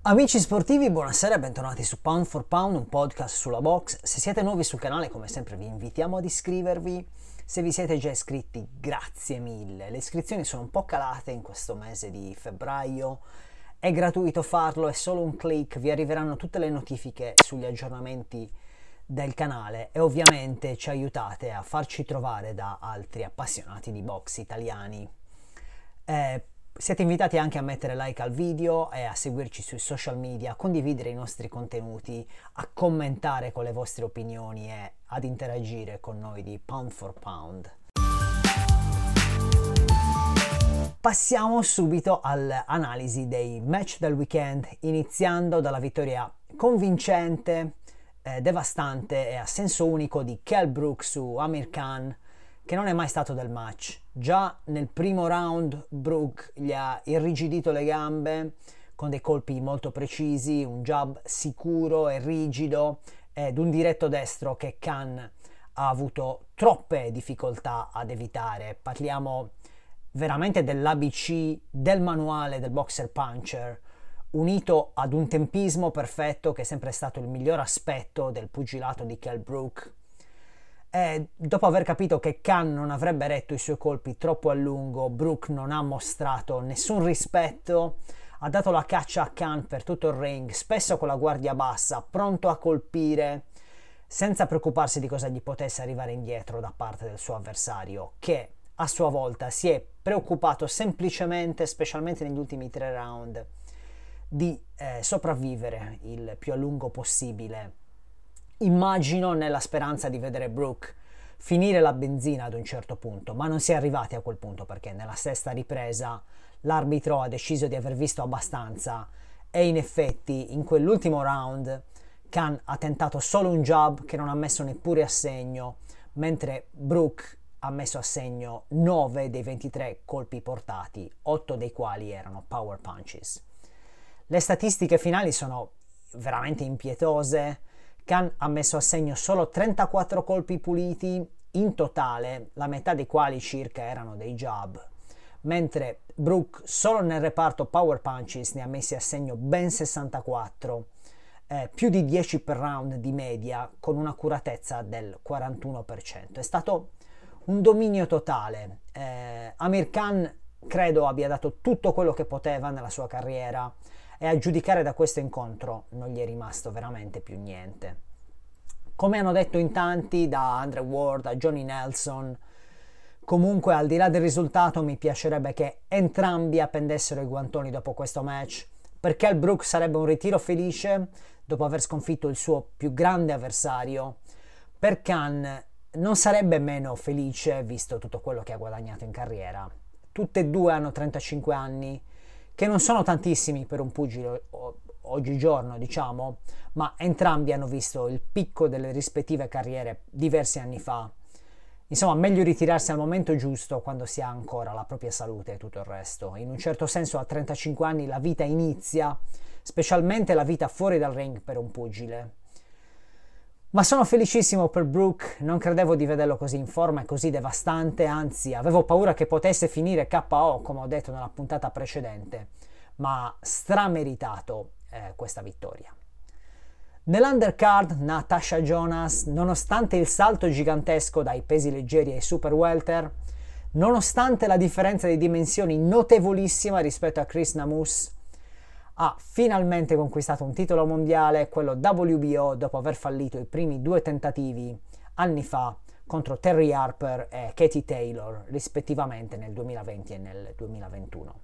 Amici sportivi, buonasera e bentornati su Pound for Pound, un podcast sulla box. Se siete nuovi sul canale, come sempre vi invitiamo ad iscrivervi. Se vi siete già iscritti, grazie mille. Le iscrizioni sono un po' calate in questo mese di febbraio. È gratuito farlo, è solo un click, vi arriveranno tutte le notifiche sugli aggiornamenti del canale e ovviamente ci aiutate a farci trovare da altri appassionati di box italiani. Siete invitati anche a mettere like al video e a seguirci sui social media, a condividere i nostri contenuti, a commentare con le vostre opinioni e ad interagire con noi di Pound for Pound. Passiamo subito all'analisi dei match del weekend, iniziando dalla vittoria convincente, devastante e a senso unico di Kell Brook su Amir Khan, che non è mai stato del match. Già nel primo round Brook gli ha irrigidito le gambe con dei colpi molto precisi, un jab sicuro e rigido ed un diretto destro che Khan ha avuto troppe difficoltà ad evitare. Parliamo veramente dell'ABC del manuale del boxer puncher, unito ad un tempismo perfetto che è sempre stato il miglior aspetto del pugilato di Kell Brook. E dopo aver capito che Khan non avrebbe retto i suoi colpi troppo a lungo, Brook non ha mostrato nessun rispetto, ha dato la caccia a Khan per tutto il ring, spesso con la guardia bassa, pronto a colpire, senza preoccuparsi di cosa gli potesse arrivare indietro da parte del suo avversario, che a sua volta si è preoccupato semplicemente, specialmente negli ultimi 3 round, di sopravvivere il più a lungo possibile. Immagino nella speranza di vedere Brook finire la benzina ad un certo punto, ma non si è arrivati a quel punto perché nella sesta ripresa l'arbitro ha deciso di aver visto abbastanza e in effetti in quell'ultimo round Khan ha tentato solo un jab che non ha messo neppure a segno, mentre Brook ha messo a segno 9 dei 23 colpi portati, 8 dei quali erano power punches. Le statistiche finali sono veramente impietose. Khan ha messo a segno solo 34 colpi puliti in totale, la metà dei quali circa erano dei jab, mentre Brook solo nel reparto power punches ne ha messi a segno ben 64, più di 10 per round di media, con un'accuratezza del 41%. È stato un dominio totale. Amir Khan credo abbia dato tutto quello che poteva nella sua carriera, e a giudicare da questo incontro non gli è rimasto veramente più niente. Come hanno detto in tanti, da Andre Ward a Johnny Nelson, comunque al di là del risultato mi piacerebbe che entrambi appendessero i guantoni dopo questo match, perché il Brook sarebbe un ritiro felice dopo aver sconfitto il suo più grande avversario. Per Khan non sarebbe meno felice visto tutto quello che ha guadagnato in carriera. Tutte e due hanno 35 anni, che non sono tantissimi per un pugile oggigiorno, diciamo, ma entrambi hanno visto il picco delle rispettive carriere diversi anni fa. Insomma, meglio ritirarsi al momento giusto, quando si ha ancora la propria salute e tutto il resto. In un certo senso a 35 anni la vita inizia, specialmente la vita fuori dal ring per un pugile. Ma sono felicissimo per Brook, non credevo di vederlo così in forma e così devastante, anzi avevo paura che potesse finire KO, come ho detto nella puntata precedente, ma strameritato questa vittoria. Nell'undercard Natasha Jonas, nonostante il salto gigantesco dai pesi leggeri ai super welter, nonostante la differenza di dimensioni notevolissima rispetto a Chris Namus, ha finalmente conquistato un titolo mondiale, quello WBO, dopo aver fallito i primi 2 tentativi anni fa contro Terry Harper e Katie Taylor, rispettivamente nel 2020 e nel 2021.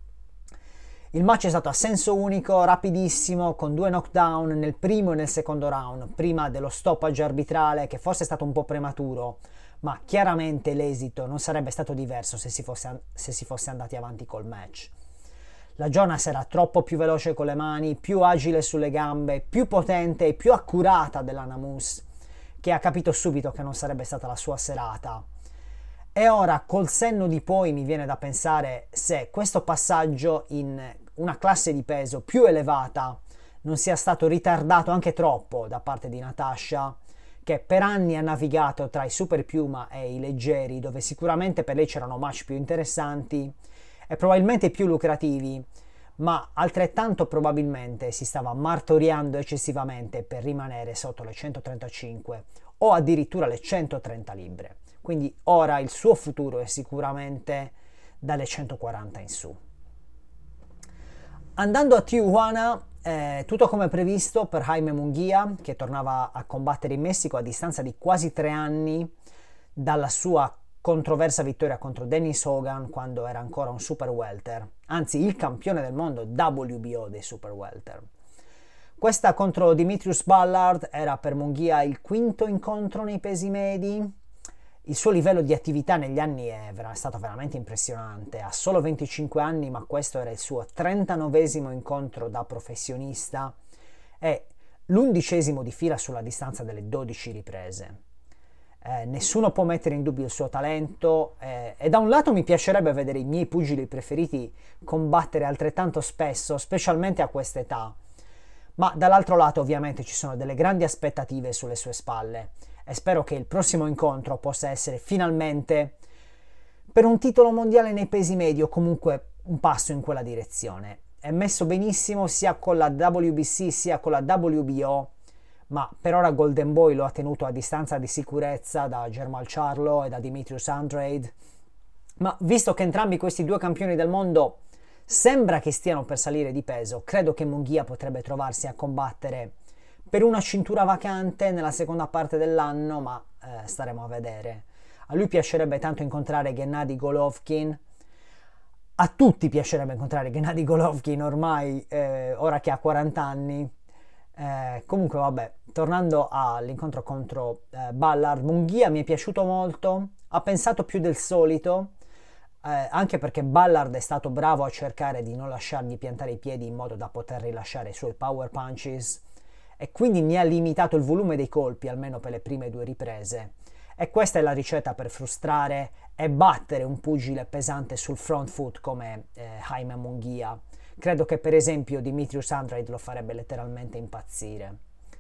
Il match è stato a senso unico, rapidissimo, con 2 knockdown nel primo e nel secondo round, prima dello stoppage arbitrale che forse è stato un po' prematuro, ma chiaramente l'esito non sarebbe stato diverso se si fosse andati avanti col match. La Jonas era troppo più veloce con le mani, più agile sulle gambe, più potente e più accurata della Namus, che ha capito subito che non sarebbe stata la sua serata. E ora, col senno di poi, mi viene da pensare se questo passaggio in una classe di peso più elevata non sia stato ritardato anche troppo da parte di Natasha, che per anni ha navigato tra i super piuma e i leggeri, dove sicuramente per lei c'erano match più interessanti e probabilmente più lucrativi, ma altrettanto probabilmente si stava martoriando eccessivamente per rimanere sotto le 135 o addirittura le 130 libbre. Quindi ora il suo futuro è sicuramente dalle 140 in su. Andando a Tijuana, tutto come previsto per Jaime Munguia, che tornava a combattere in Messico a distanza di quasi 3 anni dalla sua controversa vittoria contro Dennis Hogan quando era ancora un super welter, anzi il campione del mondo WBO dei super welter. Questa contro Demetrius Ballard era per Munguia il quinto incontro nei pesi medi. Il suo livello di attività negli anni è stato veramente impressionante. Ha solo 25 anni, ma questo era il suo 39esimo incontro da professionista e l'11esimo di fila sulla distanza delle 12 riprese. Nessuno può mettere in dubbio il suo talento e da un lato mi piacerebbe vedere i miei pugili preferiti combattere altrettanto spesso, specialmente a questa età, ma dall'altro lato ovviamente ci sono delle grandi aspettative sulle sue spalle e spero che il prossimo incontro possa essere finalmente per un titolo mondiale nei pesi medi o comunque un passo in quella direzione. È messo benissimo sia con la WBC sia con la WBO, ma per ora Golden Boy lo ha tenuto a distanza di sicurezza da Jermall Charlo e da Demetrius Andrade, ma visto che entrambi questi due campioni del mondo sembra che stiano per salire di peso, credo che Munguia potrebbe trovarsi a combattere per una cintura vacante nella seconda parte dell'anno, ma staremo a vedere. A lui piacerebbe tanto incontrare Gennady Golovkin, a tutti piacerebbe incontrare Gennady Golovkin ormai, ora che ha 40 anni. Comunque vabbè, tornando all'incontro contro Ballard, Munguia mi è piaciuto molto, ha pensato più del solito, anche perché Ballard è stato bravo a cercare di non lasciargli piantare i piedi in modo da poter rilasciare i suoi power punches e quindi ne ha limitato il volume dei colpi almeno per le prime 2 riprese, e questa è la ricetta per frustrare e battere un pugile pesante sul front foot come Jaime Munguia. Credo che per esempio Demetrius Andrade lo farebbe letteralmente impazzire.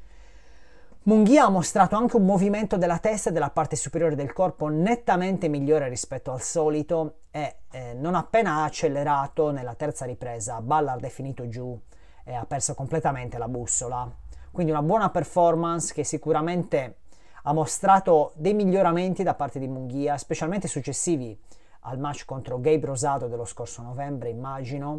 Munguia ha mostrato anche un movimento della testa e della parte superiore del corpo nettamente migliore rispetto al solito e non appena ha accelerato nella terza ripresa Ballard è finito giù e ha perso completamente la bussola. Quindi una buona performance che sicuramente ha mostrato dei miglioramenti da parte di Munguia, specialmente successivi al match contro Gabe Rosado dello scorso novembre, immagino.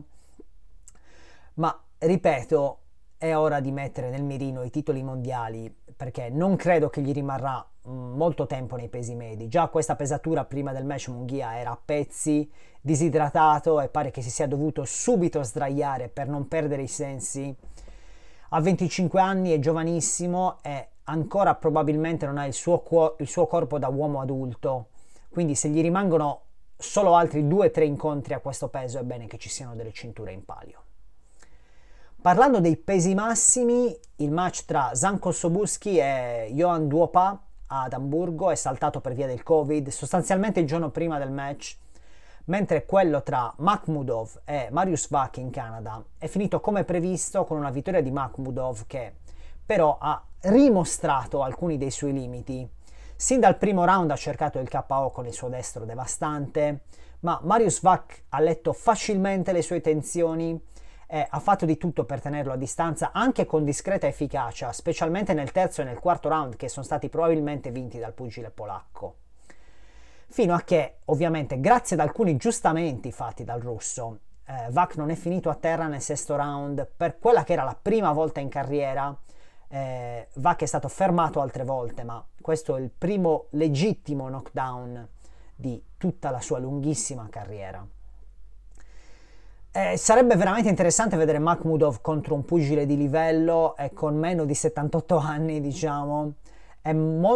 Ma ripeto, è ora di mettere nel mirino i titoli mondiali, perché non credo che gli rimarrà molto tempo nei pesi medi. Già questa pesatura prima del match Munguia era a pezzi, disidratato e pare che si sia dovuto subito sdraiare per non perdere i sensi. Ha 25 anni, è giovanissimo e ancora probabilmente non ha il suo corpo da uomo adulto, quindi se gli rimangono solo altri 2-3 incontri a questo peso è bene che ci siano delle cinture in palio. Parlando dei pesi massimi, il match tra Zanko Sobuski e Johan Duopa ad Amburgo è saltato per via del Covid, sostanzialmente il giorno prima del match, mentre quello tra Makhmudov e Mariusz Wach in Canada è finito come previsto con una vittoria di Makhmudov che però ha rimostrato alcuni dei suoi limiti. Sin dal primo round ha cercato il KO con il suo destro devastante, ma Mariusz Wach ha letto facilmente le sue tensioni e ha fatto di tutto per tenerlo a distanza anche con discreta efficacia, specialmente nel terzo e nel quarto round che sono stati probabilmente vinti dal pugile polacco. Fino a che, ovviamente, grazie ad alcuni aggiustamenti fatti dal russo, Wach non è finito a terra nel sesto round. Per quella che era la prima volta in carriera, Wach è stato fermato altre volte, ma questo è il primo legittimo knockdown di tutta la sua lunghissima carriera. Sarebbe veramente interessante vedere Makhmudov contro un pugile di livello e con meno di 78 anni, diciamo. È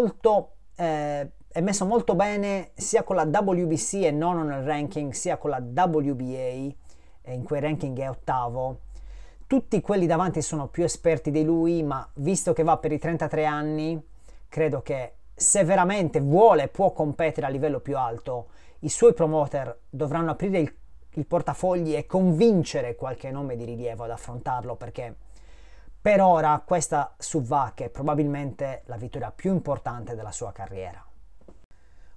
messo molto bene sia con la WBC e nono nel ranking, sia con la WBA, in quei ranking è ottavo. Tutti quelli davanti sono più esperti di lui, ma visto che va per i 33 anni, credo che se veramente vuole e può competere a livello più alto, i suoi promoter dovranno aprire il portafogli e convincere qualche nome di rilievo ad affrontarlo, perché per ora questa su Wach è probabilmente la vittoria più importante della sua carriera.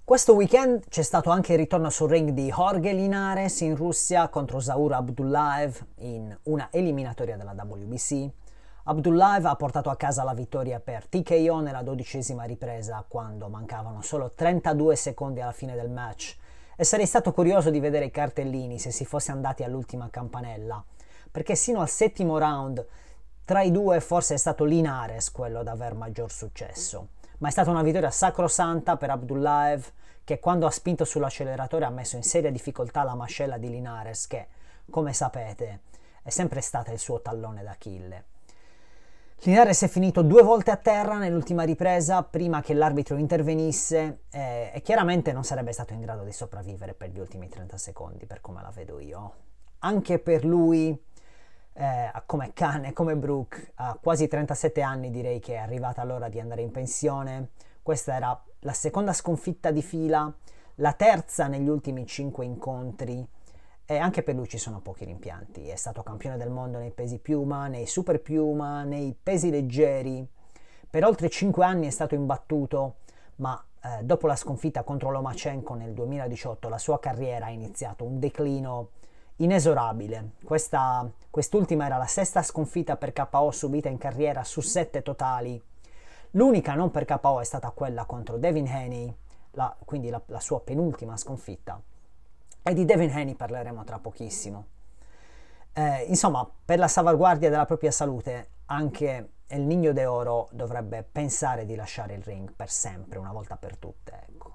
Questo weekend c'è stato anche il ritorno sul ring di Jorge Linares in Russia contro Zaur Abdullaev in una eliminatoria della WBC. Abdullaev ha portato a casa la vittoria per TKO nella 12ª ripresa quando mancavano solo 32 secondi alla fine del match e sarei stato curioso di vedere i cartellini se si fosse andati all'ultima campanella, perché sino al 7° round tra i due forse è stato Linares quello ad aver maggior successo. Ma è stata una vittoria sacrosanta per Abdullaev, che quando ha spinto sull'acceleratore ha messo in seria difficoltà la mascella di Linares, che, come sapete, è sempre stata il suo tallone d'Achille. Linares è finito 2 volte a terra nell'ultima ripresa prima che l'arbitro intervenisse e chiaramente non sarebbe stato in grado di sopravvivere per gli ultimi 30 secondi, per come la vedo io. Anche per lui, come Khan e come Brook, a quasi 37 anni direi che è arrivata l'ora di andare in pensione. Questa era la seconda sconfitta di fila, la terza negli ultimi 5 incontri e anche per lui ci sono pochi rimpianti. È stato campione del mondo nei pesi piuma, nei super piuma, nei pesi leggeri. Per oltre 5 anni è stato imbattuto, ma dopo la sconfitta contro Lomachenko nel 2018 la sua carriera ha iniziato un declino inesorabile. Quest'ultima era la 6ª sconfitta per KO subita in carriera su 7 totali. L'unica non per KO è stata quella contro Devin Haney, quindi la sua penultima sconfitta. E di Devin Haney parleremo tra pochissimo. Insomma, per la salvaguardia della propria salute, anche El Niño de Oro dovrebbe pensare di lasciare il ring per sempre, una volta per tutte, ecco.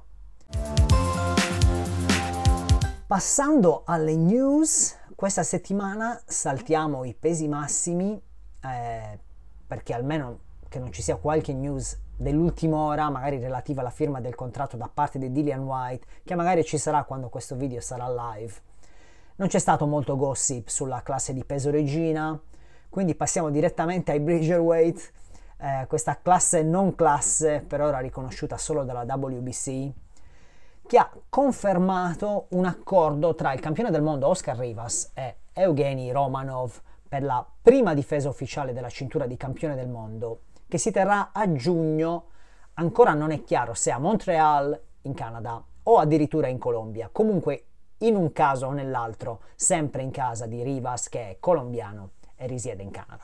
Passando alle news, questa settimana saltiamo i pesi massimi, perché almeno che non ci sia qualche news dell'ultima ora, magari relativa alla firma del contratto da parte di Dillian Whyte, che magari ci sarà quando questo video sarà live. Non c'è stato molto gossip sulla classe di peso regina, quindi passiamo direttamente ai Bridgerweight, questa classe non classe, per ora riconosciuta solo dalla WBC, che ha confermato un accordo tra il campione del mondo Oscar Rivas e Evgeny Romanov per la prima difesa ufficiale della cintura di campione del mondo, che si terrà a giugno. Ancora non è chiaro se a Montreal, in Canada, o addirittura in Colombia. Comunque, in un caso o nell'altro, sempre in casa di Rivas, che è colombiano e risiede in Canada.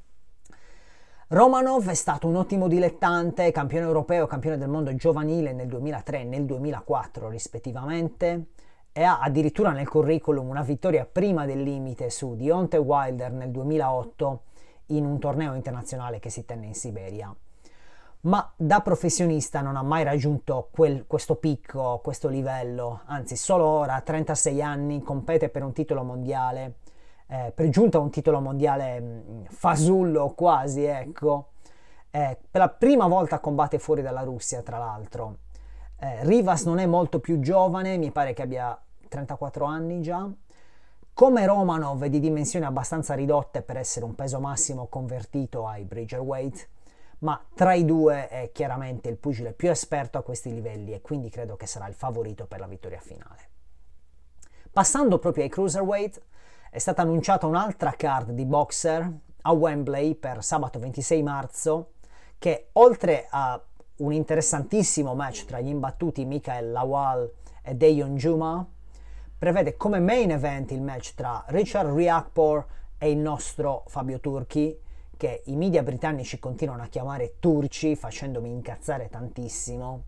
Romanov è stato un ottimo dilettante, campione europeo, campione del mondo giovanile nel 2003 e nel 2004 rispettivamente, e ha addirittura nel curriculum una vittoria prima del limite su Deontay Wilder nel 2008 in un torneo internazionale che si tenne in Siberia. Ma da professionista non ha mai raggiunto questo picco, questo livello, anzi solo ora, a 36 anni, compete per un titolo mondiale, per giunta un titolo mondiale fasullo quasi, ecco. Per la prima volta combatte fuori dalla Russia, tra l'altro. Rivas non è molto più giovane, mi pare che abbia 34 anni già. Come Romanov è di dimensioni abbastanza ridotte per essere un peso massimo convertito ai Bridgerweight, ma tra i due è chiaramente il pugile più esperto a questi livelli e quindi credo che sarà il favorito per la vittoria finale. Passando proprio ai Cruiserweight, è stata annunciata un'altra card di boxer a Wembley per sabato 26 marzo, che oltre a un interessantissimo match tra gli imbattuti Michael Lawal e Dejon Juma, prevede come main event il match tra Richard Riakporhe e il nostro Fabio Turchi, che i media britannici continuano a chiamare Turci, facendomi incazzare tantissimo.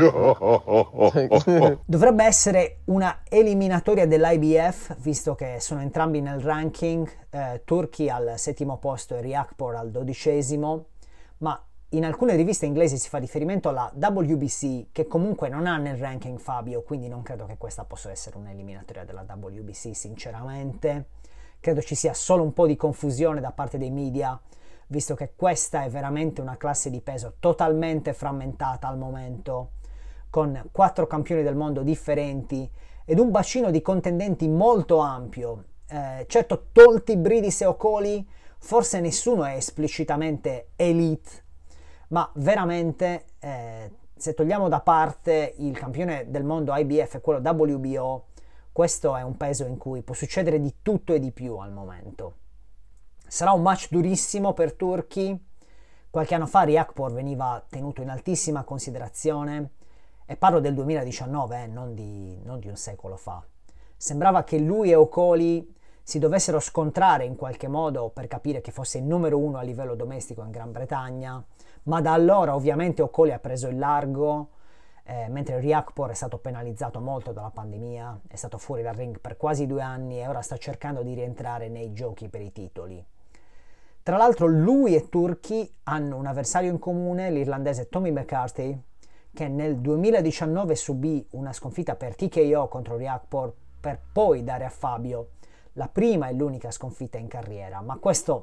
Dovrebbe essere una eliminatoria dell'IBF, visto che sono entrambi nel ranking, Turchi al 7° posto e Riakporhe al 12°, ma in alcune riviste inglesi si fa riferimento alla WBC, che comunque non ha nel ranking Fabio, quindi non credo che questa possa essere un'eliminatoria della WBC, sinceramente. Credo ci sia solo un po' di confusione da parte dei media, visto che questa è veramente una classe di peso totalmente frammentata al momento, con 4 campioni del mondo differenti ed un bacino di contendenti molto ampio. Certo, tolti Bridis e Okolie, forse nessuno è esplicitamente elite, ma veramente, se togliamo da parte il campione del mondo IBF e quello WBO, questo è un peso in cui può succedere di tutto e di più al momento. Sarà un match durissimo per Turchi. Qualche anno fa Riakporhe veniva tenuto in altissima considerazione E parlo del 2019, non di un secolo fa. Sembrava che lui e Okoli si dovessero scontrare in qualche modo per capire chi fosse il numero uno a livello domestico in Gran Bretagna, ma da allora ovviamente Okoli ha preso il largo, mentre Riakporhe è stato penalizzato molto dalla pandemia, è stato fuori dal ring per quasi 2 anni e ora sta cercando di rientrare nei giochi per i titoli. Tra l'altro lui e Turchi hanno un avversario in comune, l'irlandese Tommy McCarthy, che nel 2019 subì una sconfitta per TKO contro Riakporhe per poi dare a Fabio la prima e l'unica sconfitta in carriera, ma questo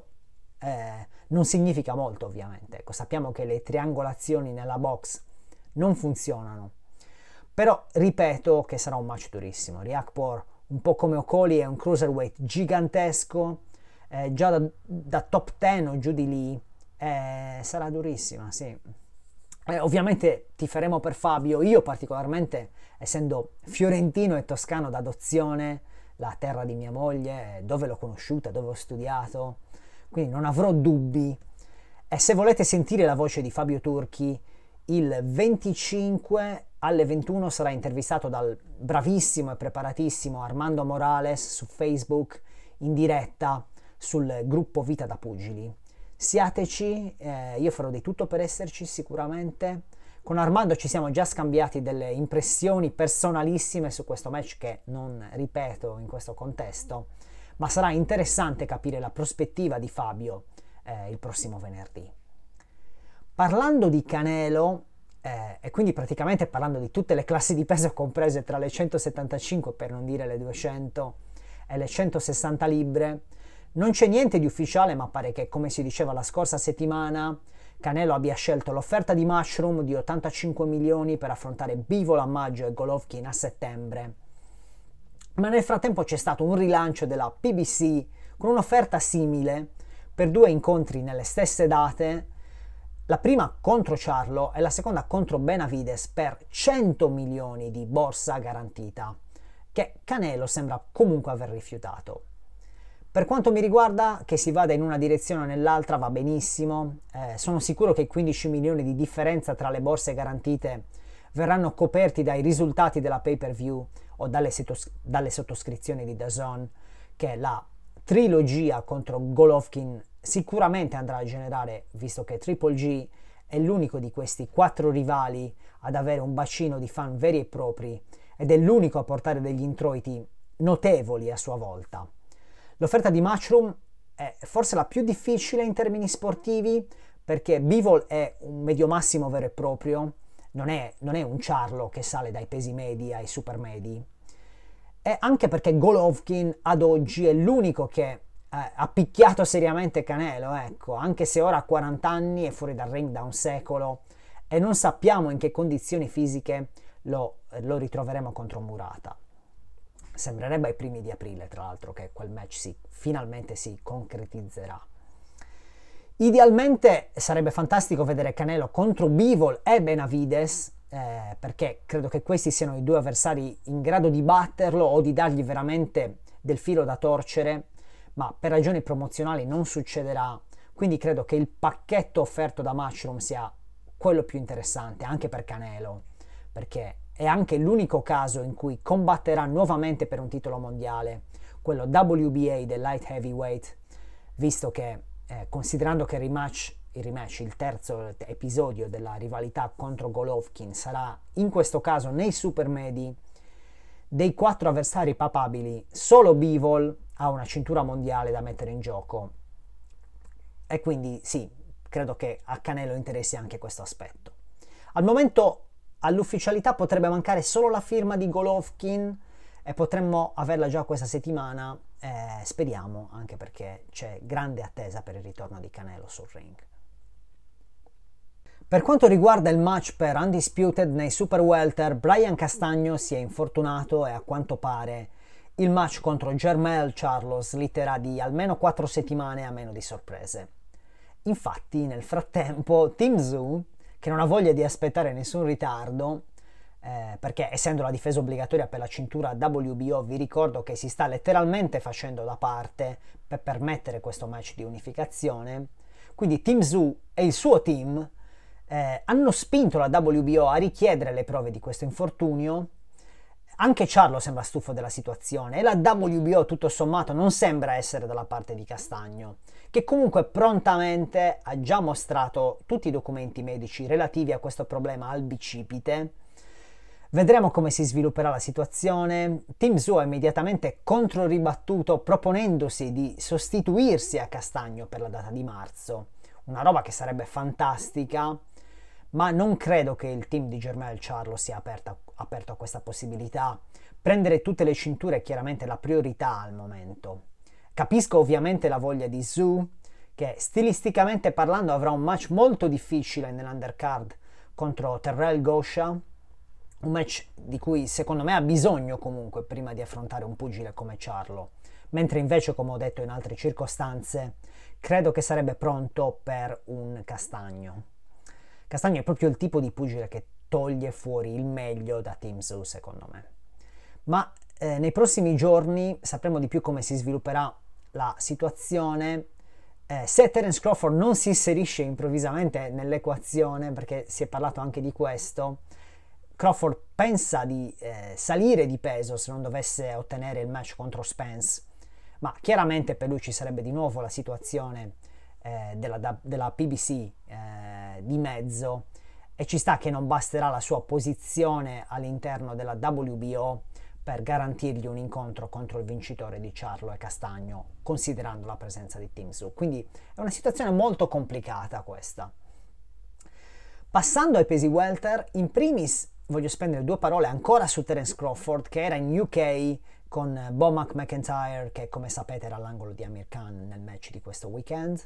non significa molto ovviamente. Ecco, sappiamo che le triangolazioni nella box non funzionano, però ripeto che sarà un match durissimo. Riakporhe, un po' come Okoli, è un cruiserweight gigantesco, già da top 10 o giù di lì, sarà durissima, sì. Ovviamente tiferemo per Fabio, io particolarmente, essendo fiorentino e toscano d'adozione, la terra di mia moglie, dove l'ho conosciuta, dove ho studiato, quindi non avrò dubbi. E se volete sentire la voce di Fabio Turchi, il 25 alle 21 sarà intervistato dal bravissimo e preparatissimo Armando Morales su Facebook in diretta sul gruppo Vita da Pugili. Siateci, io farò di tutto per esserci sicuramente. Con Armando ci siamo già scambiati delle impressioni personalissime su questo match che non ripeto in questo contesto, ma sarà interessante capire la prospettiva di Fabio il prossimo venerdì. Parlando di Canelo, e quindi praticamente parlando di tutte le classi di peso comprese tra le 175 per non dire le 200 e le 160 libbre, non c'è niente di ufficiale, ma pare che, come si diceva la scorsa settimana, Canelo abbia scelto l'offerta di Matchroom di 85 milioni per affrontare Bivol a maggio e Golovkin a settembre. Ma nel frattempo c'è stato un rilancio della PBC con un'offerta simile per 2 incontri nelle stesse date, la prima contro Charlo e la seconda contro Benavides per 100 milioni di borsa garantita, che Canelo sembra comunque aver rifiutato. Per quanto mi riguarda, che si vada in una direzione o nell'altra va benissimo, sono sicuro che i 15 milioni di differenza tra le borse garantite verranno coperti dai risultati della pay-per-view o dalle sottoscrizioni di DAZN, che la trilogia contro Golovkin sicuramente andrà a generare, visto che Triple G è l'unico di questi 4 rivali ad avere un bacino di fan veri e propri ed è l'unico a portare degli introiti notevoli a sua volta. L'offerta di Matchroom è forse la più difficile in termini sportivi, perché Bivol è un medio massimo vero e proprio, non è un Charlo che sale dai pesi medi ai super medi, e anche perché Golovkin ad oggi è l'unico che ha picchiato seriamente Canelo, ecco, anche se ora ha 40 anni, è fuori dal ring da un secolo e non sappiamo in che condizioni fisiche lo ritroveremo contro Murata. Sembrerebbe ai primi di aprile, tra l'altro, che quel match finalmente si concretizzerà. Idealmente sarebbe fantastico vedere Canelo contro Bivol e Benavides, perché credo che questi siano i 2 avversari in grado di batterlo o di dargli veramente del filo da torcere, ma per ragioni promozionali non succederà, quindi credo che il pacchetto offerto da Matchroom sia quello più interessante, anche per Canelo, perché è anche l'unico caso in cui combatterà nuovamente per un titolo mondiale, quello WBA del light heavyweight, visto che, considerando che il terzo episodio della rivalità contro Golovkin sarà in questo caso nei supermedi, dei 4 avversari papabili solo Bivol ha una cintura mondiale da mettere in gioco, e quindi sì, credo che a Canelo interessi anche questo aspetto. Al momento all'ufficialità potrebbe mancare solo la firma di Golovkin e potremmo averla già questa settimana, speriamo, anche perché c'è grande attesa per il ritorno di Canelo sul ring. Per quanto riguarda il match per Undisputed nei Super Welter, Brian Castagno si è infortunato e a quanto pare il match contro Jermell Charlo slitterà di almeno 4 settimane a meno di sorprese. Infatti, nel frattempo, Tim Tszyu, che non ha voglia di aspettare nessun ritardo, perché essendo la difesa obbligatoria per la cintura WBO, vi ricordo che si sta letteralmente facendo da parte per permettere questo match di unificazione, quindi Tim Tszyu e il suo team hanno spinto la WBO a richiedere le prove di questo infortunio. Anche Charlo sembra stufo della situazione e la WBO tutto sommato non sembra essere dalla parte di Castagno, che comunque prontamente ha già mostrato tutti i documenti medici relativi a questo problema al bicipite. Vedremo come si svilupperà la situazione. Tim Tszyu ha immediatamente controribattuto proponendosi di sostituirsi a Castagno per la data di marzo, una roba che sarebbe fantastica, ma non credo che il team di Jermell Charlo sia aperto a questa possibilità. Prendere tutte le cinture è chiaramente la priorità al momento. Capisco ovviamente la voglia di Tszyu, che stilisticamente parlando avrà un match molto difficile nell'undercard contro Terrell Gosha, un match di cui secondo me ha bisogno comunque prima di affrontare un pugile come Charlo, mentre invece, come ho detto in altre circostanze, credo che sarebbe pronto per un Castagno. Castagno è proprio il tipo di pugile che toglie fuori il meglio da Tim Tszyu, secondo me. Ma nei prossimi giorni sapremo di più come si svilupperà la situazione. Se Terence Crawford non si inserisce improvvisamente nell'equazione, perché si è parlato anche di questo, Crawford pensa di salire di peso se non dovesse ottenere il match contro Spence, ma chiaramente per lui ci sarebbe di nuovo la situazione della PBC di mezzo, e ci sta che non basterà la sua posizione all'interno della WBO per garantirgli un incontro contro il vincitore di Charlo e Castagno, considerando la presenza di Tim Tszyu. Quindi è una situazione molto complicata questa. Passando ai pesi welter, in primis voglio spendere due parole ancora su Terence Crawford, che era in UK con Bomac McIntyre, che come sapete era all'angolo di Amir Khan nel match di questo weekend.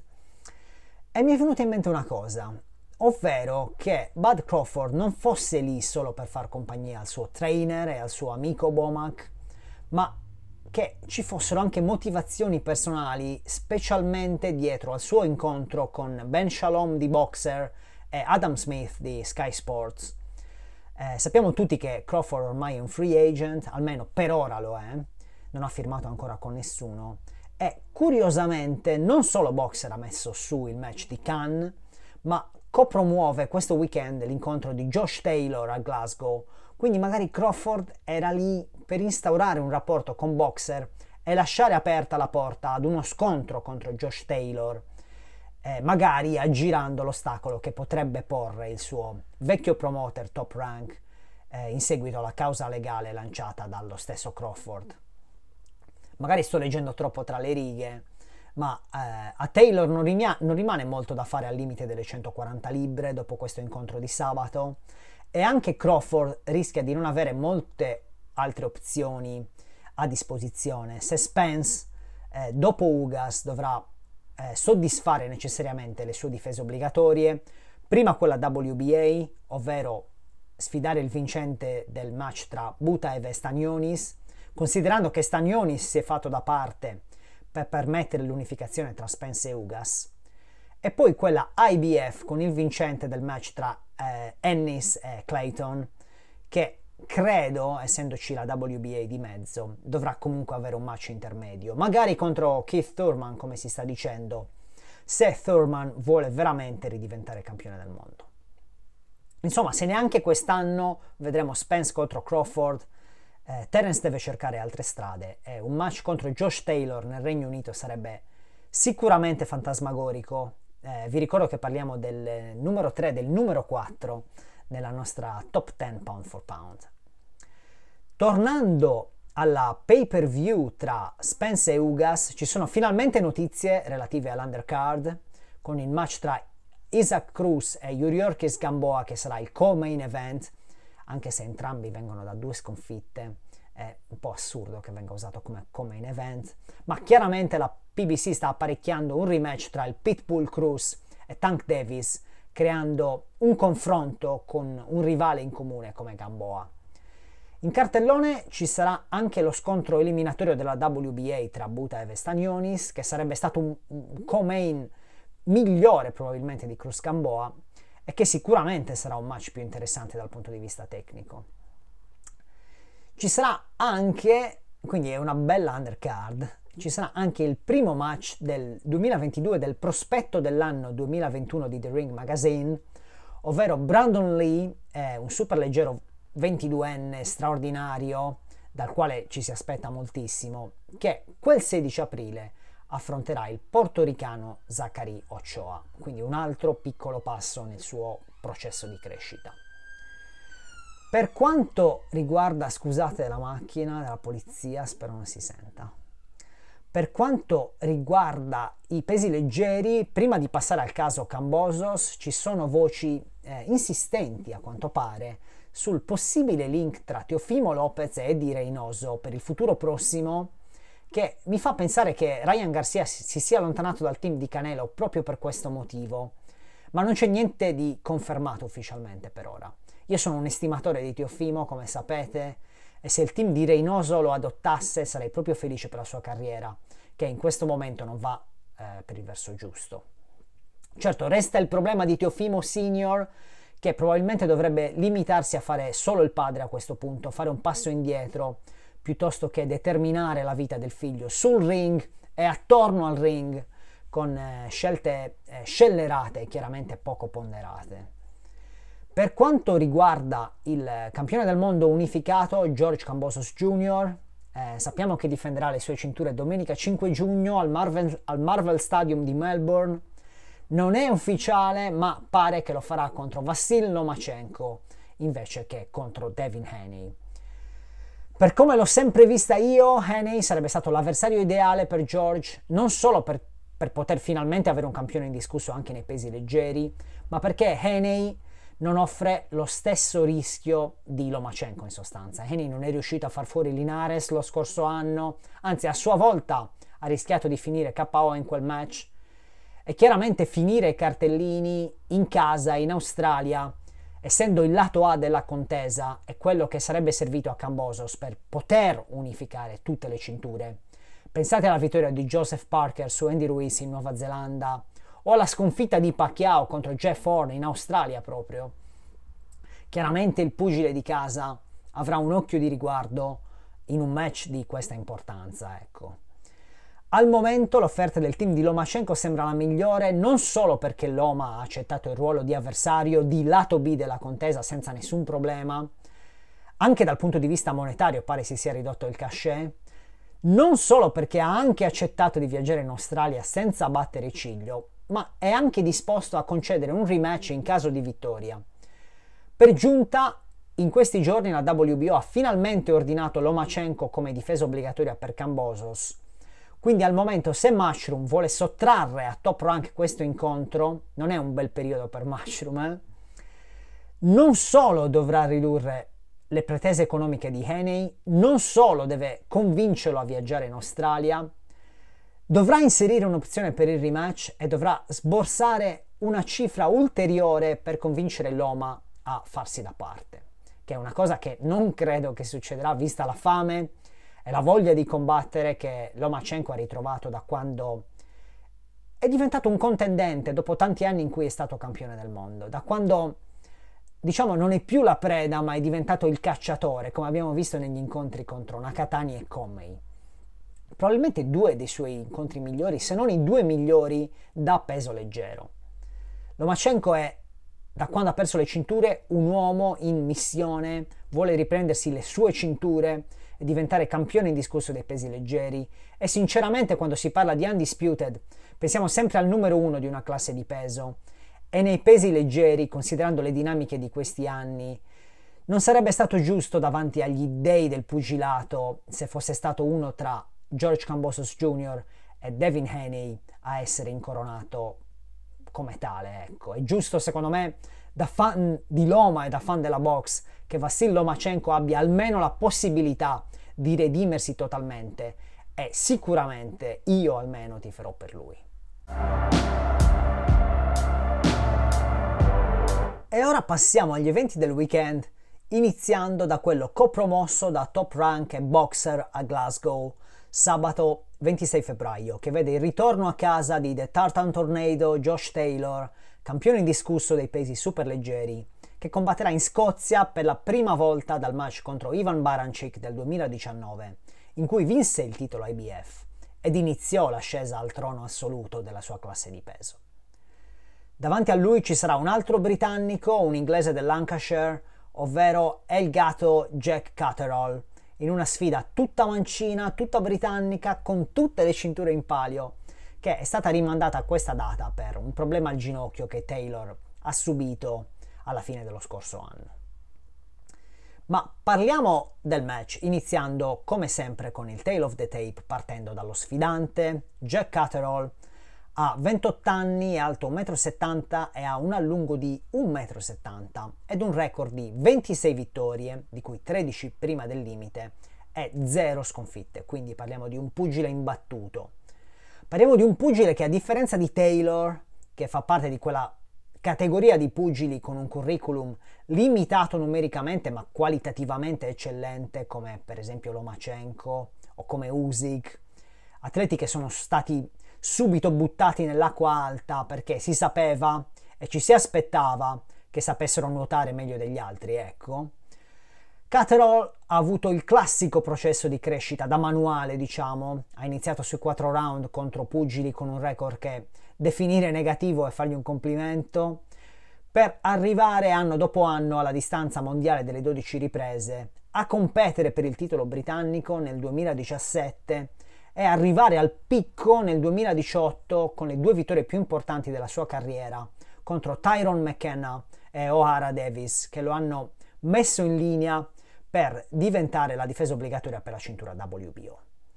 E mi è venuta in mente una cosa, ovvero che Bud Crawford non fosse lì solo per far compagnia al suo trainer e al suo amico Bomac, ma che ci fossero anche motivazioni personali, specialmente dietro al suo incontro con Ben Shalom di Boxer e Adam Smith di Sky Sports. Sappiamo tutti che Crawford ormai è un free agent, almeno per ora lo è, non ha firmato ancora con nessuno, e curiosamente non solo Boxer ha messo su il match di Khan, ma copromuove questo weekend l'incontro di Josh Taylor a Glasgow, quindi magari Crawford era lì per instaurare un rapporto con Boxer e lasciare aperta la porta ad uno scontro contro Josh Taylor, magari aggirando l'ostacolo che potrebbe porre il suo vecchio promoter Top Rank in seguito alla causa legale lanciata dallo stesso Crawford. Magari sto leggendo troppo tra le righe, ma a Taylor non rimane molto da fare al limite delle 140 libbre dopo questo incontro di sabato, e anche Crawford rischia di non avere molte altre opzioni a disposizione. Se Spence dopo Ugas dovrà soddisfare necessariamente le sue difese obbligatorie, prima quella WBA, ovvero sfidare il vincente del match tra Butaev e Stanionis, considerando che Stanionis si è fatto da parte per permettere l'unificazione tra Spence e Ugas, e poi quella IBF con il vincente del match tra Ennis e Clayton, che credo, essendoci la WBA di mezzo, dovrà comunque avere un match intermedio, magari contro Keith Thurman, come si sta dicendo, se Thurman vuole veramente ridiventare campione del mondo. Insomma, se neanche quest'anno vedremo Spence contro Crawford, Terence deve cercare altre strade, e un match contro Josh Taylor nel Regno Unito sarebbe sicuramente fantasmagorico. Vi ricordo che parliamo del numero 3 e del numero 4 nella nostra top 10 pound for pound. Tornando alla pay-per-view tra Spence e Ugas, ci sono finalmente notizie relative all'undercard, con il match tra Isaac Cruz e Yuriorkis Gamboa che sarà il co-main event, anche se entrambi vengono da 2 sconfitte. È un po' assurdo che venga usato come co-main event, ma chiaramente la PBC sta apparecchiando un rematch tra il Pitbull Cruz e Tank Davis, creando un confronto con un rivale in comune come Gamboa. In cartellone ci sarà anche lo scontro eliminatorio della WBA tra Butaev e Stanionis, che sarebbe stato un co-main migliore probabilmente di Cruz Gamboa, e che sicuramente sarà un match più interessante dal punto di vista tecnico. Ci sarà anche, quindi è una bella undercard, ci sarà anche il primo match del 2022 del prospetto dell'anno 2021 di The Ring Magazine, ovvero Brandon Lee, è un superleggero 22enne straordinario, dal quale ci si aspetta moltissimo, che quel 16 aprile affronterà il portoricano Zachary Ochoa, quindi un altro piccolo passo nel suo processo di crescita. Per quanto riguarda, scusate la macchina della polizia, spero non si senta. Per quanto riguarda i pesi leggeri, prima di passare al caso Kambosos, ci sono voci insistenti, a quanto pare, sul possibile link tra Teofimo Lopez e Eddie Reynoso per il futuro prossimo, che mi fa pensare che Ryan Garcia si sia allontanato dal team di Canelo proprio per questo motivo, ma non c'è niente di confermato ufficialmente per ora. Io sono un estimatore di Teofimo, come sapete, e se il team di Reynoso lo adottasse sarei proprio felice per la sua carriera, che in questo momento non va per il verso giusto. Certo, resta il problema di Teofimo Senior, che probabilmente dovrebbe limitarsi a fare solo il padre a questo punto, fare un passo indietro, piuttosto che determinare la vita del figlio sul ring e attorno al ring con scelte scellerate e chiaramente poco ponderate. Per quanto riguarda il campione del mondo unificato, George Kambosos Jr., sappiamo che difenderà le sue cinture domenica 5 giugno al Marvel Stadium di Melbourne. Non è ufficiale, ma pare che lo farà contro Vassil Lomachenko invece che contro Devin Haney. Per come l'ho sempre vista io, Haney sarebbe stato l'avversario ideale per George, non solo per poter finalmente avere un campione indiscusso anche nei pesi leggeri, ma perché Haney non offre lo stesso rischio di Lomachenko in sostanza. Haney non è riuscito a far fuori Linares lo scorso anno, anzi a sua volta ha rischiato di finire KO in quel match, e chiaramente finire i cartellini in casa in Australia, essendo il lato A della contesa, è quello che sarebbe servito a Kambosos per poter unificare tutte le cinture. Pensate alla vittoria di Joseph Parker su Andy Ruiz in Nuova Zelanda, o alla sconfitta di Pacquiao contro Jeff Horn in Australia proprio. Chiaramente il pugile di casa avrà un occhio di riguardo in un match di questa importanza, ecco. Al momento l'offerta del team di Lomachenko sembra la migliore, non solo perché Loma ha accettato il ruolo di avversario di lato B della contesa senza nessun problema, anche dal punto di vista monetario pare si sia ridotto il cachet, non solo perché ha anche accettato di viaggiare in Australia senza battere ciglio, ma è anche disposto a concedere un rematch in caso di vittoria. Per giunta, in questi giorni la WBO ha finalmente ordinato Lomachenko come difesa obbligatoria per Kambosos. Quindi al momento, se Matchroom vuole sottrarre a Top Rank questo incontro, non è un bel periodo per Matchroom, non solo dovrà ridurre le pretese economiche di Haney, non solo deve convincerlo a viaggiare in Australia, dovrà inserire un'opzione per il rematch e dovrà sborsare una cifra ulteriore per convincere Loma a farsi da parte, che è una cosa che non credo che succederà vista la fame e la voglia di combattere che Lomachenko ha ritrovato da quando è diventato un contendente dopo tanti anni in cui è stato campione del mondo, da quando diciamo non è più la preda ma è diventato il cacciatore, come abbiamo visto negli incontri contro Nakatani e Conmay. Probabilmente due dei suoi incontri migliori, se non i due migliori da peso leggero. Lomachenko è, da quando ha perso le cinture, un uomo in missione, vuole riprendersi le sue cinture e diventare campione indiscusso dei pesi leggeri, e sinceramente quando si parla di Undisputed pensiamo sempre al numero uno di una classe di peso, e nei pesi leggeri, considerando le dinamiche di questi anni, non sarebbe stato giusto davanti agli dei del pugilato se fosse stato uno tra George Kambosos Jr. e Devin Haney a essere incoronato come tale, ecco. È giusto secondo me, da fan di Loma e da fan della box, che Vassil Lomachenko abbia almeno la possibilità di redimersi totalmente, e sicuramente io almeno tiferò per lui. E ora passiamo agli eventi del weekend, iniziando da quello copromosso da Top Rank e Boxer a Glasgow, sabato 26 febbraio, che vede il ritorno a casa di The Tartan Tornado Josh Taylor, campione indiscusso dei pesi superleggeri, che combatterà in Scozia per la prima volta dal match contro Ivan Barancik del 2019, in cui vinse il titolo IBF ed iniziò l'ascesa al trono assoluto della sua classe di peso. Davanti a lui ci sarà un altro britannico, un inglese del Lancashire, ovvero El Gato Jack Catterall, in una sfida tutta mancina, tutta britannica, con tutte le cinture in palio, che è stata rimandata a questa data per un problema al ginocchio che Taylor ha subito alla fine dello scorso anno. Ma parliamo del match, iniziando come sempre con il tail of the tape, partendo dallo sfidante. Jack Catterall ha 28 anni, è alto 1,70 m e ha un allungo di 1,70 m ed un record di 26 vittorie, di cui 13 prima del limite e 0 sconfitte, quindi parliamo di un pugile imbattuto. Parliamo di un pugile che, a differenza di Taylor, che fa parte di quella categoria di pugili con un curriculum limitato numericamente ma qualitativamente eccellente, come per esempio Lomachenko o come Usyk, atleti che sono stati subito buttati nell'acqua alta perché si sapeva e ci si aspettava che sapessero nuotare meglio degli altri, ecco. Catterall ha avuto il classico processo di crescita da manuale, diciamo. Ha iniziato sui 4 round contro pugili con un record che definire negativo e fargli un complimento, per arrivare anno dopo anno alla distanza mondiale delle 12 riprese, a competere per il titolo britannico nel 2017 e arrivare al picco nel 2018 con le 2 vittorie più importanti della sua carriera contro Tyrone McKenna e Ohara Davies, che lo hanno messo in linea per diventare la difesa obbligatoria per la cintura WBO.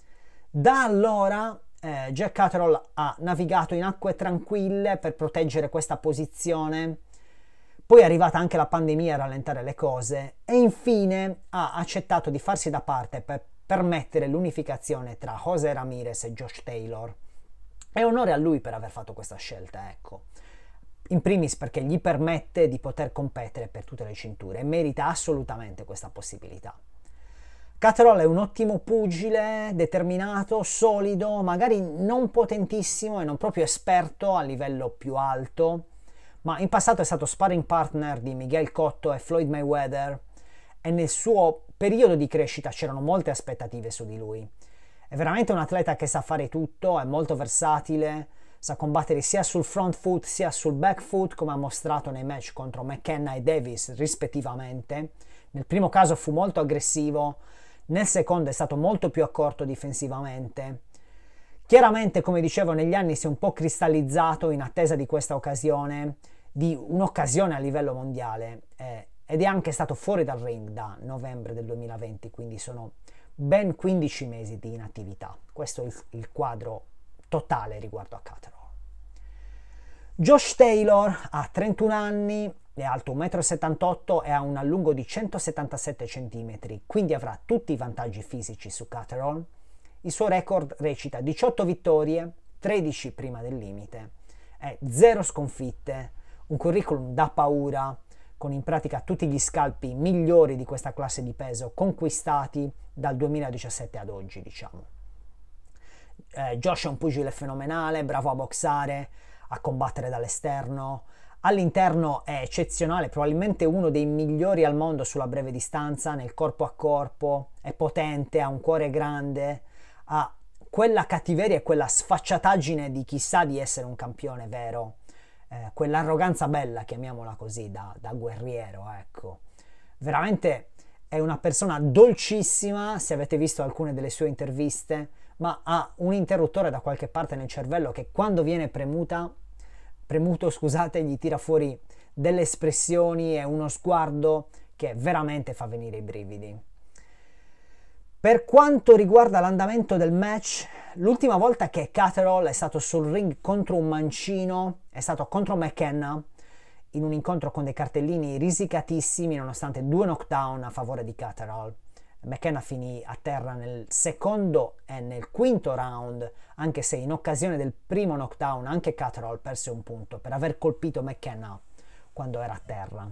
Da allora Jack Catterall ha navigato in acque tranquille per proteggere questa posizione, poi è arrivata anche la pandemia a rallentare le cose e infine ha accettato di farsi da parte per permettere l'unificazione tra José Ramirez e Josh Taylor. E onore a lui per aver fatto questa scelta, ecco. In primis perché gli permette di poter competere per tutte le cinture e merita assolutamente questa possibilità. Catterall è un ottimo pugile, determinato, solido, magari non potentissimo e non proprio esperto a livello più alto, ma in passato è stato sparring partner di Miguel Cotto e Floyd Mayweather e nel suo periodo di crescita c'erano molte aspettative su di lui. È veramente un atleta che sa fare tutto, è molto versatile, sa combattere sia sul front foot sia sul back foot, come ha mostrato nei match contro McKenna e Davis rispettivamente. Nel primo caso fu molto aggressivo, nel secondo è stato molto più accorto difensivamente. Chiaramente, come dicevo, negli anni si è un po' cristallizzato in attesa di questa occasione, di un'occasione a livello mondiale, ed è anche stato fuori dal ring da novembre del 2020, quindi sono ben 15 mesi di inattività. Questo è il quadro totale riguardo a Catterall. Josh Taylor ha 31 anni, è alto 1,78 m e ha un allungo di 177 cm, quindi avrà tutti i vantaggi fisici su Catterall. Il suo record recita 18 vittorie, 13 prima del limite, e 0 sconfitte, un curriculum da paura, con in pratica tutti gli scalpi migliori di questa classe di peso conquistati dal 2017 ad oggi, diciamo. Josh è un pugile fenomenale, bravo a boxare, a combattere dall'esterno. All'interno è eccezionale, probabilmente uno dei migliori al mondo sulla breve distanza, nel corpo a corpo, è potente, ha un cuore grande, ha quella cattiveria e quella sfacciataggine di chi sa di essere un campione vero, quell'arroganza bella, chiamiamola così, da guerriero, ecco. Veramente è una persona dolcissima, se avete visto alcune delle sue interviste, ma ha un interruttore da qualche parte nel cervello che quando viene premuto, gli tira fuori delle espressioni e uno sguardo che veramente fa venire i brividi. Per quanto riguarda l'andamento del match, l'ultima volta che Catterall è stato sul ring contro un mancino è stato contro McKenna, in un incontro con dei cartellini risicatissimi nonostante 2 knockdown a favore di Catterall. McKenna finì a terra nel secondo e nel quinto round, anche se in occasione del primo knockdown anche Catterall perse un punto per aver colpito McKenna quando era a terra.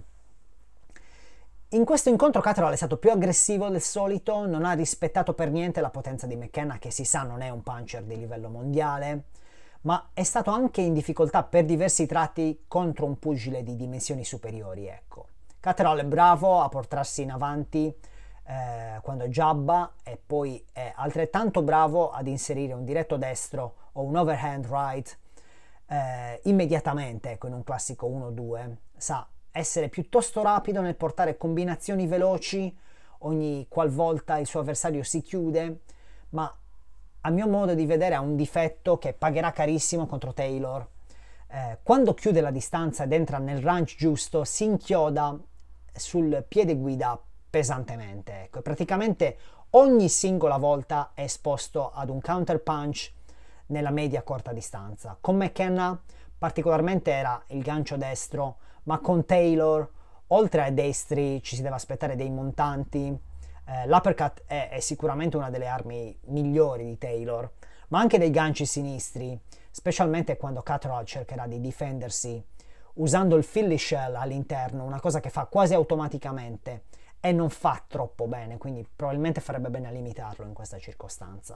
In questo incontro Catterall è stato più aggressivo del solito, non ha rispettato per niente la potenza di McKenna, che si sa non è un puncher di livello mondiale, ma è stato anche in difficoltà per diversi tratti contro un pugile di dimensioni superiori, ecco. Catterall è bravo a portarsi in avanti quando jabba e poi è altrettanto bravo ad inserire un diretto destro o un overhand right immediatamente, ecco, in un classico 1-2, sa essere piuttosto rapido nel portare combinazioni veloci ogni qualvolta il suo avversario si chiude, ma a mio modo di vedere ha un difetto che pagherà carissimo contro Taylor. Quando chiude la distanza ed entra nel range giusto, si inchioda sul piede guida pesantemente, ecco, e praticamente ogni singola volta è esposto ad un counter punch nella media corta distanza. Con McKenna particolarmente era il gancio destro, ma con Taylor oltre ai destri ci si deve aspettare dei montanti. L'uppercut è sicuramente una delle armi migliori di Taylor, ma anche dei ganci sinistri, specialmente quando Catterall cercherà di difendersi usando il Philly Shell all'interno, una cosa che fa quasi automaticamente e non fa troppo bene, quindi probabilmente farebbe bene a limitarlo in questa circostanza.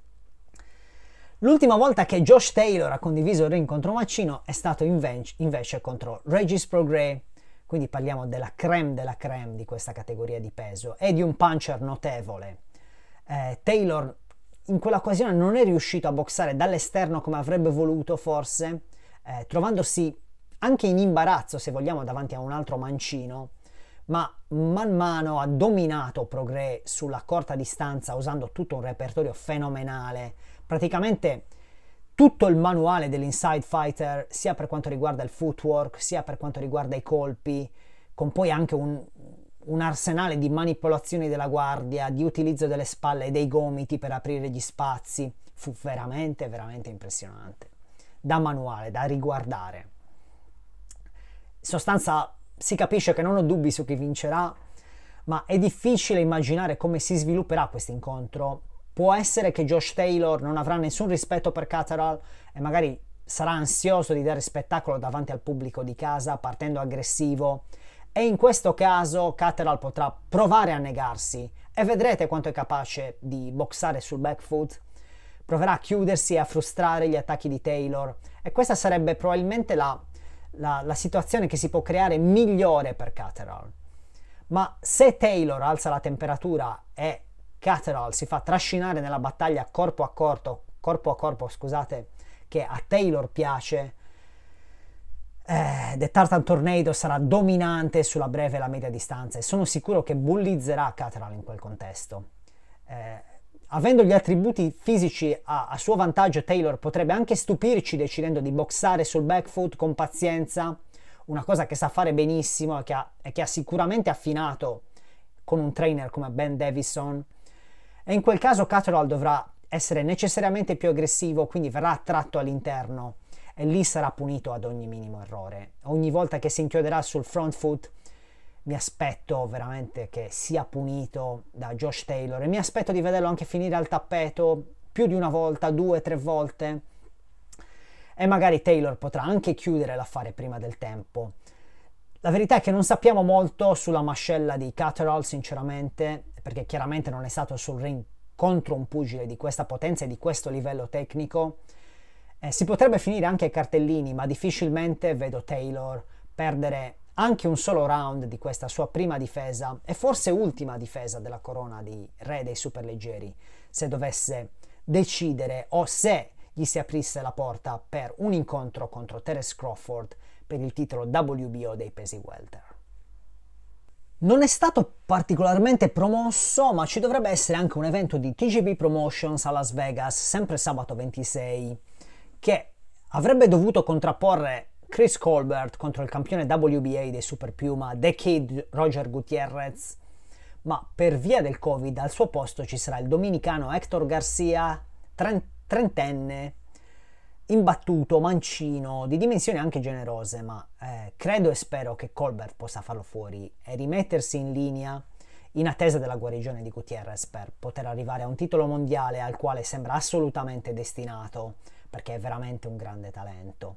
L'ultima volta che Josh Taylor ha condiviso il ring contro Macchino è stato invece contro Regis Prograis, quindi parliamo della creme di questa categoria di peso e di un puncher notevole. Taylor in quell'occasione non è riuscito a boxare dall'esterno come avrebbe voluto forse, trovandosi anche in imbarazzo se vogliamo davanti a un altro mancino, ma man mano ha dominato Prograis sulla corta distanza usando tutto un repertorio fenomenale, praticamente tutto il manuale dell'inside fighter, sia per quanto riguarda il footwork, sia per quanto riguarda i colpi, con poi anche un arsenale di manipolazioni della guardia, di utilizzo delle spalle e dei gomiti per aprire gli spazi. Fu veramente, veramente impressionante. Da manuale, da riguardare. In sostanza si capisce che non ho dubbi su chi vincerà, ma è difficile immaginare come si svilupperà questo incontro. Può essere che Josh Taylor non avrà nessun rispetto per Catterall e magari sarà ansioso di dare spettacolo davanti al pubblico di casa, partendo aggressivo, e in questo caso Catterall potrà provare a negarsi e vedrete quanto è capace di boxare sul back foot. Proverà a chiudersi e a frustrare gli attacchi di Taylor, e questa sarebbe probabilmente la situazione che si può creare migliore per Catterall. Ma se Taylor alza la temperatura e Catterall si fa trascinare nella battaglia corpo a corpo, scusate, che a Taylor piace, The Tartan Tornado sarà dominante sulla breve e la media distanza e sono sicuro che bullizzerà Catterall in quel contesto. Avendo gli attributi fisici a suo vantaggio, Taylor potrebbe anche stupirci decidendo di boxare sul back foot con pazienza, una cosa che sa fare benissimo e che ha sicuramente affinato con un trainer come Ben Davison. E in quel caso Catterall dovrà essere necessariamente più aggressivo, quindi verrà attratto all'interno e lì sarà punito ad ogni minimo errore. Ogni volta che si inchioderà sul front foot mi aspetto veramente che sia punito da Josh Taylor e mi aspetto di vederlo anche finire al tappeto più di una volta, 2-3 volte, e magari Taylor potrà anche chiudere l'affare prima del tempo. La verità è che non sappiamo molto sulla mascella di Catterall, sinceramente, perché chiaramente non è stato sul ring contro un pugile di questa potenza e di questo livello tecnico. Si potrebbe finire anche ai cartellini, ma difficilmente vedo Taylor perdere anche un solo round di questa sua prima difesa e forse ultima difesa della corona di re dei superleggeri, se dovesse decidere o se gli si aprisse la porta per un incontro contro Terence Crawford per il titolo WBO dei pesi welter. Non è stato particolarmente promosso, ma ci dovrebbe essere anche un evento di TGB Promotions a Las Vegas, sempre sabato 26, che avrebbe dovuto contrapporre Chris Colbert contro il campione WBA dei Super Puma, The Kid Roger Gutierrez, ma per via del Covid al suo posto ci sarà il dominicano Hector Garcia, trentenne, imbattuto, mancino, di dimensioni anche generose, ma credo e spero che Colbert possa farlo fuori e rimettersi in linea in attesa della guarigione di Gutierrez per poter arrivare a un titolo mondiale al quale sembra assolutamente destinato, perché è veramente un grande talento.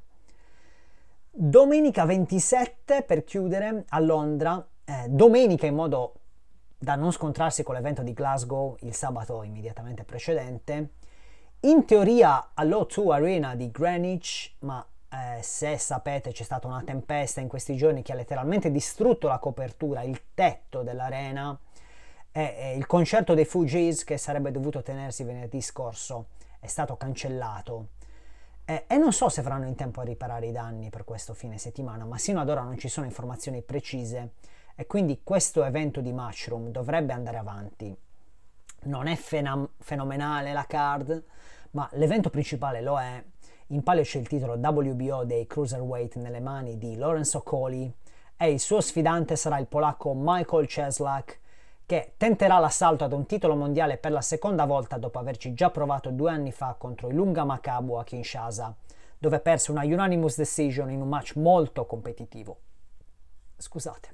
Domenica 27, per chiudere, a Londra, domenica in modo da non scontrarsi con l'evento di Glasgow il sabato immediatamente precedente, in teoria all'O2 Arena di Greenwich, ma se sapete c'è stata una tempesta in questi giorni che ha letteralmente distrutto la copertura, il tetto dell'arena, e il concerto dei Fugees che sarebbe dovuto tenersi venerdì scorso è stato cancellato. e non so se faranno in tempo a riparare i danni per questo fine settimana, ma sino ad ora non ci sono informazioni precise e quindi questo evento di Matchroom dovrebbe andare avanti. Non è fenomenale la card, ma l'evento principale lo è. In palio c'è il titolo WBO dei Cruiserweight nelle mani di Lorenzo Colli e il suo sfidante sarà il polacco Michael Cieslak, che tenterà l'assalto ad un titolo mondiale per la seconda volta dopo averci già provato 2 anni fa contro Ilunga Makabu a Kinshasa, dove perse una unanimous decision in un match molto competitivo. Scusate.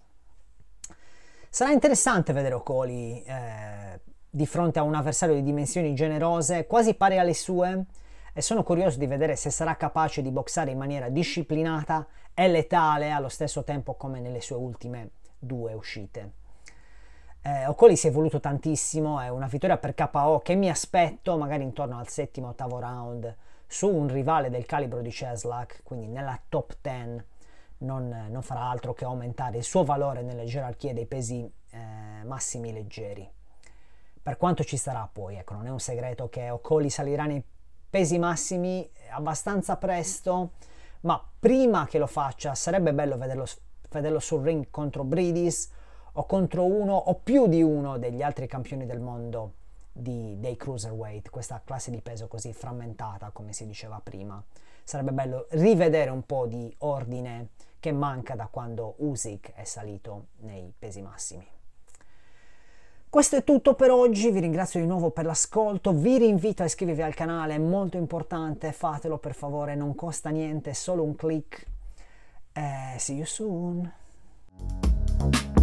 Sarà interessante vedere Okolie di fronte a un avversario di dimensioni generose, quasi pari alle sue, e sono curioso di vedere se sarà capace di boxare in maniera disciplinata e letale allo stesso tempo come nelle sue ultime 2 uscite. Okolie si è evoluto tantissimo, è una vittoria per KO che mi aspetto magari intorno al 7-8 round su un rivale del calibro di Cieslak, quindi nella top 10 non farà altro che aumentare il suo valore nelle gerarchie dei pesi massimi leggeri. Per quanto ci sarà poi, ecco, non è un segreto che Okolie salirà nei pesi massimi abbastanza presto, ma prima che lo faccia sarebbe bello vederlo sul ring contro Bridis o contro uno o più di uno degli altri campioni del mondo dei Cruiserweight, questa classe di peso così frammentata come si diceva prima. Sarebbe bello rivedere un po' di ordine che manca da quando Usyk è salito nei pesi massimi. Questo è tutto per oggi, vi ringrazio di nuovo per l'ascolto, vi rinvito a iscrivervi al canale, è molto importante, fatelo per favore, non costa niente, è solo un click. See you soon!